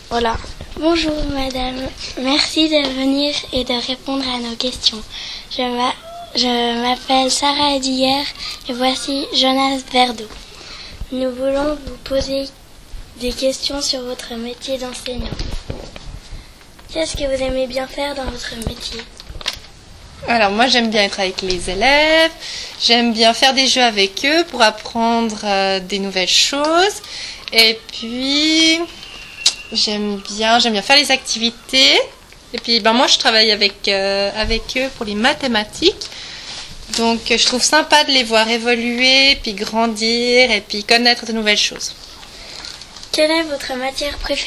Voilà. Bonjour madame, merci de venir et de répondre à nos questions. Je m'appelle Sarah Edier et voici Jonas Verdo. Nous voulons vous poser des questions sur votre métier d'enseignant. Qu'est-ce que vous aimez bien faire dans votre métier ? Alors moi j'aime bien être avec les élèves, j'aime bien faire des jeux avec eux pour apprendre des nouvelles choses. Et puis j'aime bien faire les activités. Et puis moi je travaille avec eux pour les mathématiques. Donc je trouve sympa de les voir évoluer, puis grandir et puis connaître de nouvelles choses. Quelle est votre matière préférée ?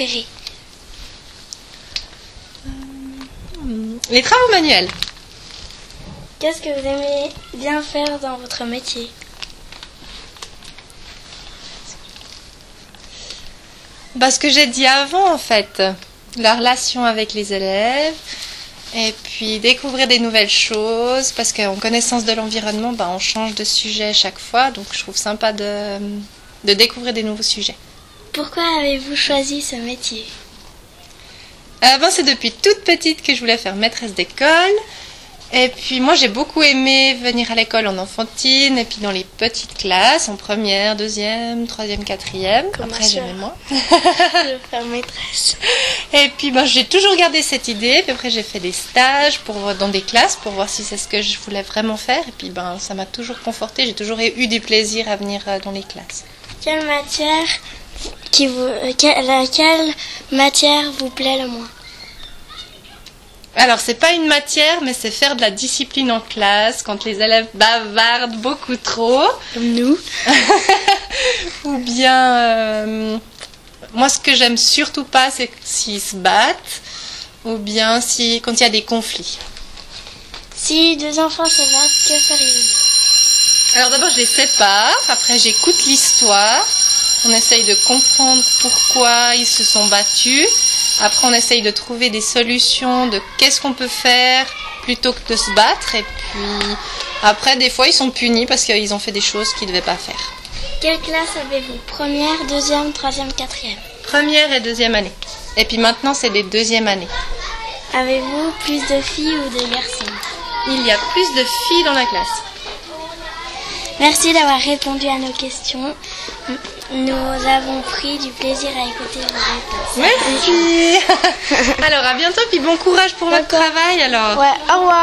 Les travaux manuels. Qu'est-ce que vous aimez bien faire dans votre métier ? Ce que j'ai dit avant en fait, la relation avec les élèves et puis découvrir des nouvelles choses parce qu'en connaissance de l'environnement, on change de sujet chaque fois, donc je trouve sympa de découvrir des nouveaux sujets. Pourquoi avez-vous choisi ce métier ? C'est depuis toute petite que je voulais faire maîtresse d'école. Et puis moi j'ai beaucoup aimé venir à l'école en enfantine et puis dans les petites classes, en première, deuxième, troisième, quatrième. Après j'aimais moins. Je veux faire maîtresse. Et puis j'ai toujours gardé cette idée. Puis après j'ai fait des stages dans des classes pour voir si c'est ce que je voulais vraiment faire. Et puis ça m'a toujours confortée. J'ai toujours eu du plaisir à venir dans les classes. Quelle matière vous plaît le moins ? Alors, c'est pas une matière, mais c'est faire de la discipline en classe, quand les élèves bavardent beaucoup trop. Comme nous. Ou bien, moi, ce que j'aime surtout pas, c'est s'ils se battent, ou bien quand il y a des conflits. Si deux enfants se battent, que feriez-vous ? Alors d'abord, je les sépare, après j'écoute l'histoire, on essaye de comprendre pourquoi ils se sont battus. Après, on essaye de trouver des solutions de qu'est-ce qu'on peut faire plutôt que de se battre. Et puis, après, des fois, ils sont punis parce qu'ils ont fait des choses qu'ils ne devaient pas faire. Quelle classe avez-vous ? Première, deuxième, troisième, quatrième ? Première et deuxième année. Et puis maintenant, c'est des deuxièmes années. Avez-vous plus de filles ou de garçons ? Il y a plus de filles dans la classe. Merci d'avoir répondu à nos questions. Nous avons pris du plaisir à écouter vos réponses. Merci. Alors à bientôt, puis bon courage pour votre travail alors. Ouais, au revoir.